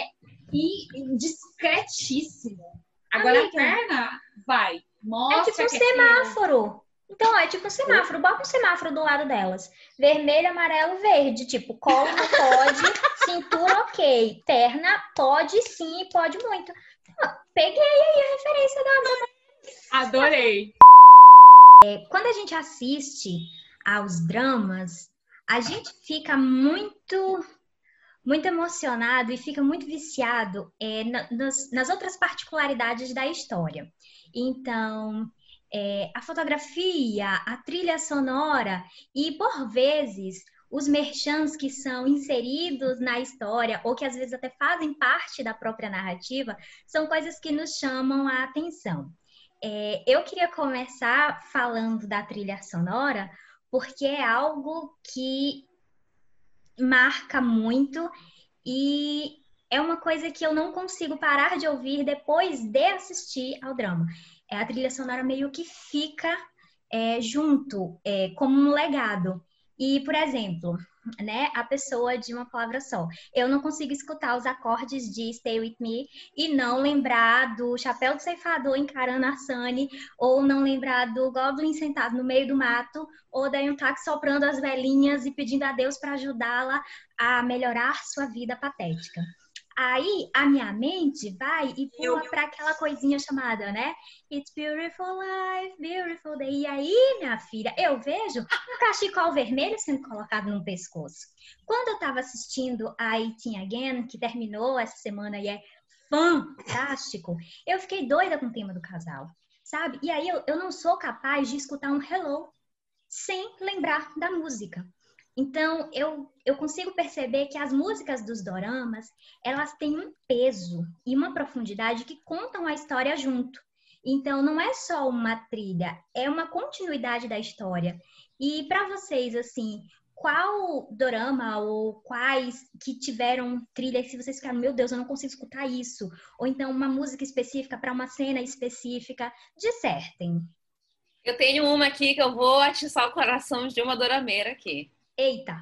discretíssimo. Agora a perna vai. Mostra É tipo um que semáforo. Então, é tipo um semáforo. Bota um semáforo do lado delas. Vermelho, amarelo, verde. Tipo, colo não pode, cintura ok. Perna pode sim, pode muito. Peguei aí a referência da Amanda. Adorei. Quando a gente assiste aos dramas, a gente fica muito emocionado e fica muito viciado nas outras particularidades da história. Então, a fotografia, a trilha sonora e, por vezes, os merchans que são inseridos na história ou que às vezes até fazem parte da própria narrativa, são coisas que nos chamam a atenção. Eu queria começar falando da trilha sonora, porque é algo que marca muito e é uma coisa que eu não consigo parar de ouvir depois de assistir ao drama. A trilha sonora meio que fica junto, como um legado. E, por exemplo, né, a pessoa de uma palavra só. Eu não consigo escutar os acordes de Stay With Me e não lembrar do Chapéu do Ceifador encarando a Sunny, ou não lembrar do Goblin sentado no meio do mato, ou da Yuntak soprando as velhinhas e pedindo a Deus para ajudá-la a melhorar sua vida patética. Aí a minha mente vai e pula para aquela coisinha chamada, né? It's beautiful life, beautiful day. E aí, minha filha, eu vejo um cachecol vermelho sendo colocado no pescoço. Quando eu tava assistindo a 18 Again, que terminou essa semana e é fantástico, eu fiquei doida com o tema do casal, sabe? E aí eu não sou capaz de escutar um Hello sem lembrar da música. Então, eu consigo perceber que as músicas dos doramas, elas têm um peso e uma profundidade que contam a história junto. Então, não é só uma trilha, é uma continuidade da história. E para vocês, assim, qual dorama ou quais que tiveram trilha que vocês ficaram, meu Deus, eu não consigo escutar isso? Ou então uma música específica para uma cena específica? Dissertem. Eu tenho uma aqui que eu vou atiçar o coração de uma dorameira aqui. Eita!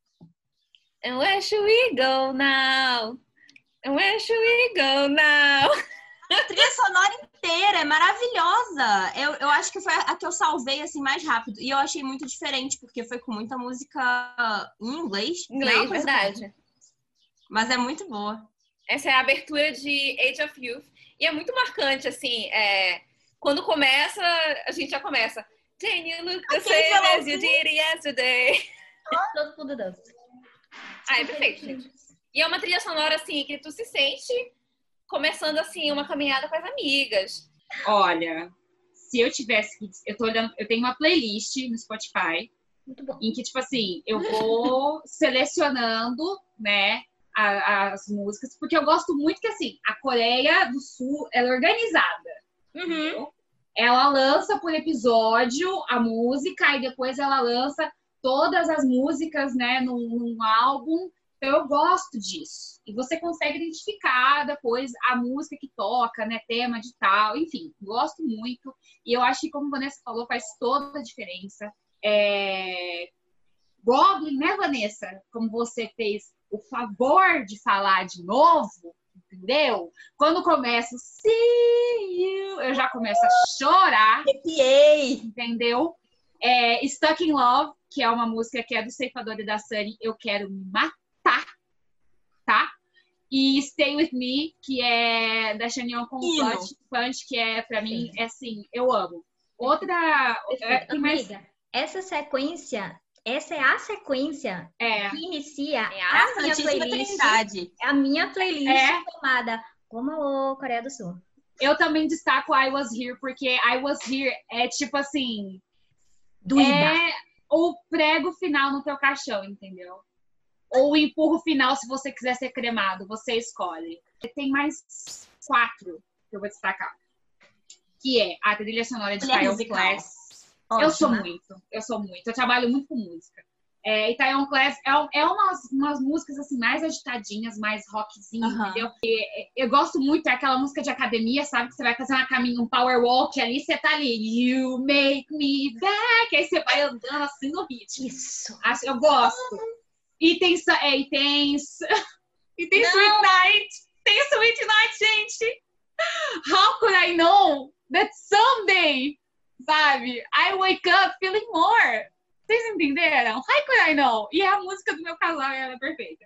And where should we go now? And where should we go now? A trilha sonora inteira é maravilhosa. Eu acho que foi a que eu salvei assim mais rápido. E eu achei muito diferente, porque foi com muita música em inglês. Inglês, verdade. Mas é muito boa. Essa é a abertura de Age of Youth. E é muito marcante, assim. Quando começa, a gente já começa. Jane, you look the same as you did yesterday. Tudo doce. É perfeito, gente. E é uma trilha sonora, assim, que tu se sente começando, assim, uma caminhada com as amigas. Olha, se eu tivesse que... Eu tô olhando... Eu tenho uma playlist no Spotify. Muito bom. Em que, tipo assim, eu vou selecionando, né, as músicas. Porque eu gosto muito que, assim, a Coreia do Sul, ela é organizada. Entendeu? Ela lança por episódio a música e depois ela lança todas as músicas, né, num álbum. Então, eu gosto disso. E você consegue identificar depois a música que toca, né, tema de tal. Enfim, gosto muito. E eu acho que, como a Vanessa falou, faz toda a diferença. Goblin, né, Vanessa? Como você fez o favor de falar de novo, entendeu? Quando começa o See You, eu já começo a chorar. Arrepiei. Entendeu? Stuck in Love, que é uma música que é do Ceifador e da Sunny, eu quero me matar, tá? E Stay With Me, que é da Chanyeon com Punch, que é, pra mim, é assim, eu amo. Outra... Amiga, essa sequência... Essa é a sequência que inicia a minha playlist. A minha playlist chamada Como o Coreia do Sul. Eu também destaco I Was Here, porque I Was Here é tipo assim... Doída. É o prego final no teu caixão, entendeu? Ou o empurro final, se você quiser ser cremado, você escolhe. Tem mais 4 que eu vou destacar. Que é a trilha sonora de Taeyong Class. Eu sou muito. Eu trabalho muito com música. E Taeyong Class é umas músicas assim, mais agitadinhas, mais rockzinho, entendeu? Eu gosto muito, é aquela música de academia, sabe? Que você vai fazer um power walk ali, você tá ali, you make me back, aí você vai andando assim no ritmo. Isso. Eu gosto. E tem Sweet Night. Tem Sweet Night, gente. How could I know that someday, sabe, I wake up feeling more. Vocês entenderam? How could I know? E a música do meu casal, ela é perfeita.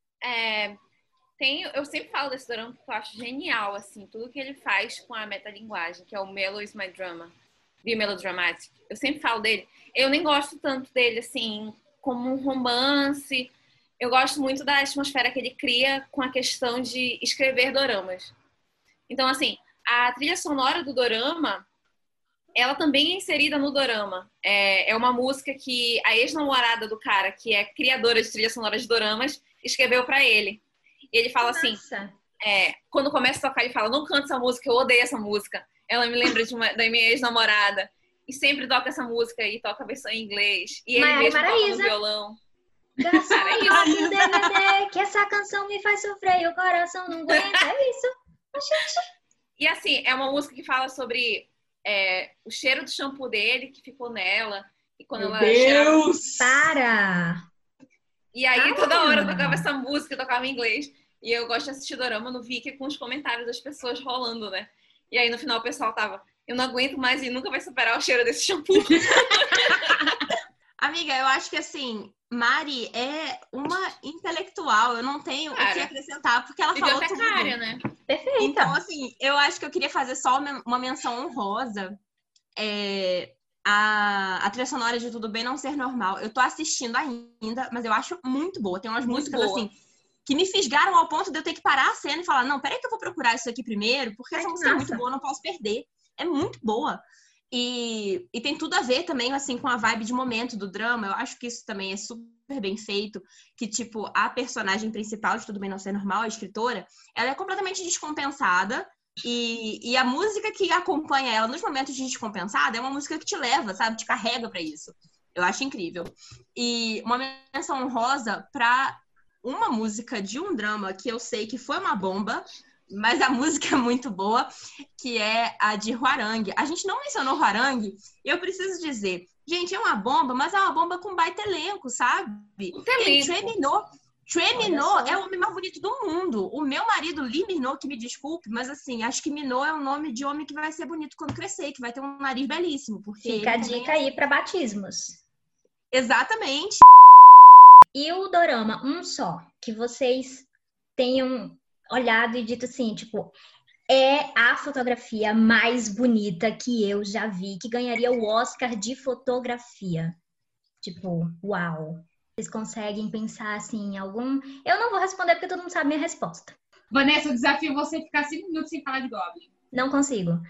Eu sempre falo desse dorama porque eu acho genial, assim, tudo que ele faz com a metalinguagem, que é o Melo is my drama, The Melodramatic. Eu sempre falo dele. Eu nem gosto tanto dele, assim, como um romance. Eu gosto muito da atmosfera que ele cria com a questão de escrever doramas. Então, assim, a trilha sonora do dorama, ela também é inserida no dorama. É uma música que a ex-namorada do cara, que é criadora de trilha sonora de doramas, escreveu pra ele. E ele fala assim, quando começa a tocar, ele fala, não canta essa música, eu odeio essa música. Ela me lembra da minha ex-namorada. E sempre toca essa música e toca a versão em inglês. E ele mesmo toca no violão. Garçom, DVD, que essa canção me faz sofrer e o coração não aguenta. É isso. E assim, é uma música que fala sobre o cheiro do shampoo dele que ficou nela. E quando ela Para! E aí, toda hora eu tocava essa música, eu tocava em inglês. E eu gosto de assistir dorama no Viki com os comentários das pessoas rolando, né? E aí, no final, o pessoal tava... Eu não aguento mais e nunca vai superar o cheiro desse shampoo. Amiga, eu acho que, assim, Mari é uma intelectual. Eu não tenho o que acrescentar, porque ela falou tudo. Bibliotecária, né? Perfeita. Então, assim, eu acho que eu queria fazer só uma menção honrosa. A trilha sonora de Tudo Bem Não Ser Normal. Eu tô assistindo ainda, mas eu acho muito boa. Tem umas músicas, assim, que me fisgaram ao ponto de eu ter que parar a cena e falar, não, peraí que eu vou procurar isso aqui primeiro, porque essa música é muito boa, eu não posso perder. É muito boa. E tem tudo a ver também, assim, com a vibe de momento do drama. Eu acho que isso também é super bem feito. Que, tipo, a personagem principal de Tudo Bem Não Ser Normal, a escritora, ela é completamente descompensada. E a música que acompanha ela nos momentos de descompensada é uma música que te leva, sabe? Te carrega pra isso. Eu acho incrível. E uma menção honrosa pra uma música de um drama que eu sei que foi uma bomba, mas a música é muito boa, que é a de Hwarang. A gente não mencionou Hwarang, e eu preciso dizer, gente, é uma bomba, mas é uma bomba com baita elenco, sabe? Choi Min-ho é o homem mais bonito do mundo. O meu marido, Lee Min-ho, que me desculpe, mas assim, acho que Min-ho é um nome de homem que vai ser bonito quando crescer, que vai ter um nariz belíssimo. Porque fica a dica aí pra batismos. Exatamente. E o dorama, um só, que vocês tenham olhado e dito assim, tipo, é a fotografia mais bonita que eu já vi, que ganharia o Oscar de fotografia. Tipo, uau. Vocês conseguem pensar assim em algum... Eu não vou responder porque todo mundo sabe minha resposta. Vanessa, eu desafio você a ficar 5 minutos sem falar de Goblin. Não consigo.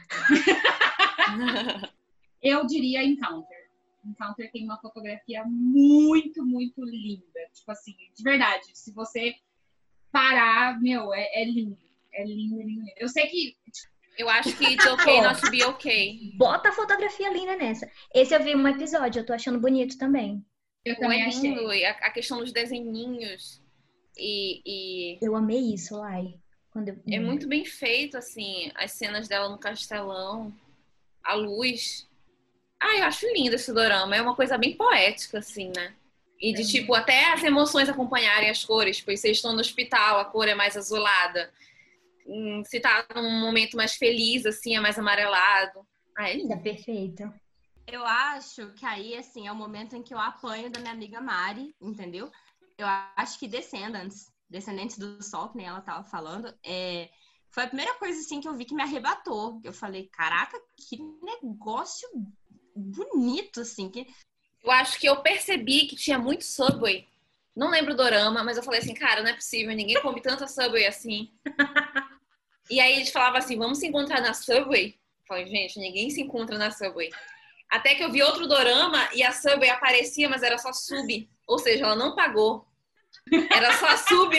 Eu diria Encounter. Encounter tem uma fotografia muito, muito linda. Tipo assim, de verdade. Se você parar, meu, é lindo. É lindo, lindo, lindo. Eu sei que... Eu acho que It's Okay Not to Be Okay. Bota a fotografia linda nessa. Esse eu vi um episódio, eu tô achando bonito também. Eu também achei. A questão dos desenhinhos e... Eu amei isso, Lai. É muito bem feito, assim, as cenas dela no castelão, a luz. Eu acho lindo esse dorama. É uma coisa bem poética, assim, né? E de, tipo, até as emoções acompanharem as cores. Pois vocês estão no hospital, a cor é mais azulada. Se tá num momento mais feliz, assim, é mais amarelado. É lindo. É perfeito. Eu acho que aí, assim, é o momento em que eu apanho da minha amiga Mari, entendeu? Eu acho que Descendentes do Sol, que nem ela tava falando, foi a primeira coisa, assim, que eu vi que me arrebatou. Eu falei, caraca, que negócio bonito, assim. Eu acho que eu percebi que tinha muito Subway. Não lembro o dorama, mas eu falei assim, cara, não é possível, ninguém come tanta Subway assim. E aí eles falavam assim, vamos se encontrar na Subway? Eu falei, gente, ninguém se encontra na Subway. Até que eu vi outro dorama e a Subway aparecia, mas era só sub. Ou seja, ela não pagou. Era só sub.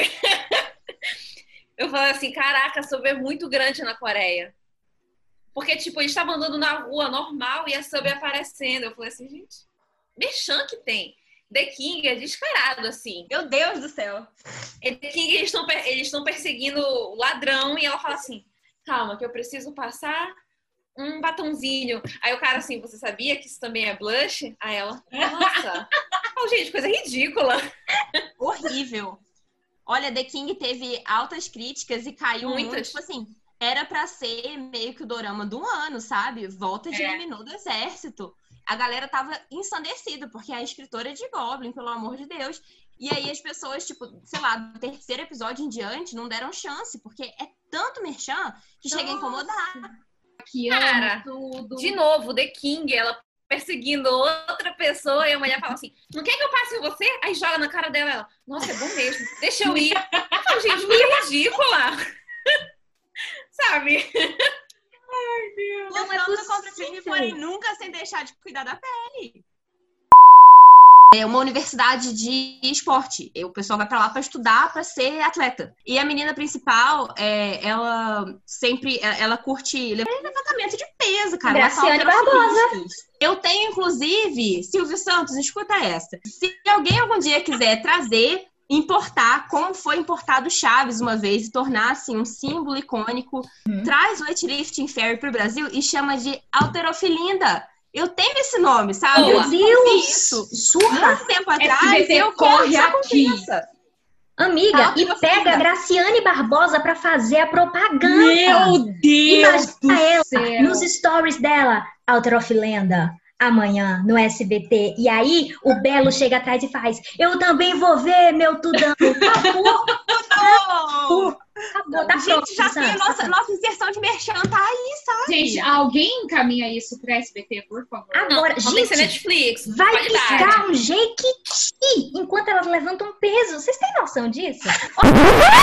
Eu falei assim, caraca, a Subway é muito grande na Coreia. Porque, tipo, eles estavam andando na rua normal e a Subway aparecendo. Eu falei assim, gente, merchan que tem. The King é descarado, assim. Meu Deus do céu. The King, eles estão perseguindo o ladrão e ela fala assim, calma, que eu preciso passar um batonzinho. Aí o cara assim, você sabia que isso também é blush? Aí ela, nossa. Gente, coisa ridícula. Horrível. Olha, The King teve altas críticas e caiu muito, tipo assim, era pra ser meio que o dorama do ano, sabe? Volta de Minho do Exército. A galera tava ensandecida, porque é a escritora de Goblin, pelo amor de Deus. E aí as pessoas, tipo, sei lá, do terceiro episódio em diante, não deram chance, porque é tanto merchan que chega a incomodar. Cara, de novo, The King, ela perseguindo outra pessoa e a mulher fala assim, não quer que eu passe em você? Aí joga na cara dela, ela, nossa, é bom mesmo, deixa eu ir. Eu falo, gente, que ridícula. Sabe? Ai, Deus. Não é contra o crime, porém nunca sem deixar de cuidar da pele. É uma universidade de esporte. O pessoal vai pra lá pra estudar, pra ser atleta. E a menina principal, ela curte levantamento de peso, cara. Graciane Barbosa. Eu tenho, inclusive, Silvio Santos, escuta essa. Se alguém algum dia quiser trazer, importar, como foi importado Chaves uma vez, e tornar, assim, um símbolo icônico, traz o weightlifting fairy pro Brasil e chama de halterofilinda. Eu tenho esse nome, sabe? Boa. Eu Meu vi Deus! isso Surra! muito tempo atrás. SBT E eu corre quero que isso aqui. aconteça. Amiga, Tá, e outra pega coisa. a Graciane Barbosa pra fazer a propaganda. Meu Deus do Imagina ela céu. nos stories dela, Alter of Lenda, amanhã no SBT. E aí o Belo chega atrás e faz: eu também vou ver, meu tudão. Acabou, acabou. Tá pronto, Gente, já tem Santos, tá nossa inserção de merchan, tá aí, sabe? Gente, alguém encaminha isso pra SBT, por favor? Agora, Não, tem que ser gente, Netflix. vai qualidade. piscar um Jequiti enquanto elas levantam peso. Vocês têm noção disso?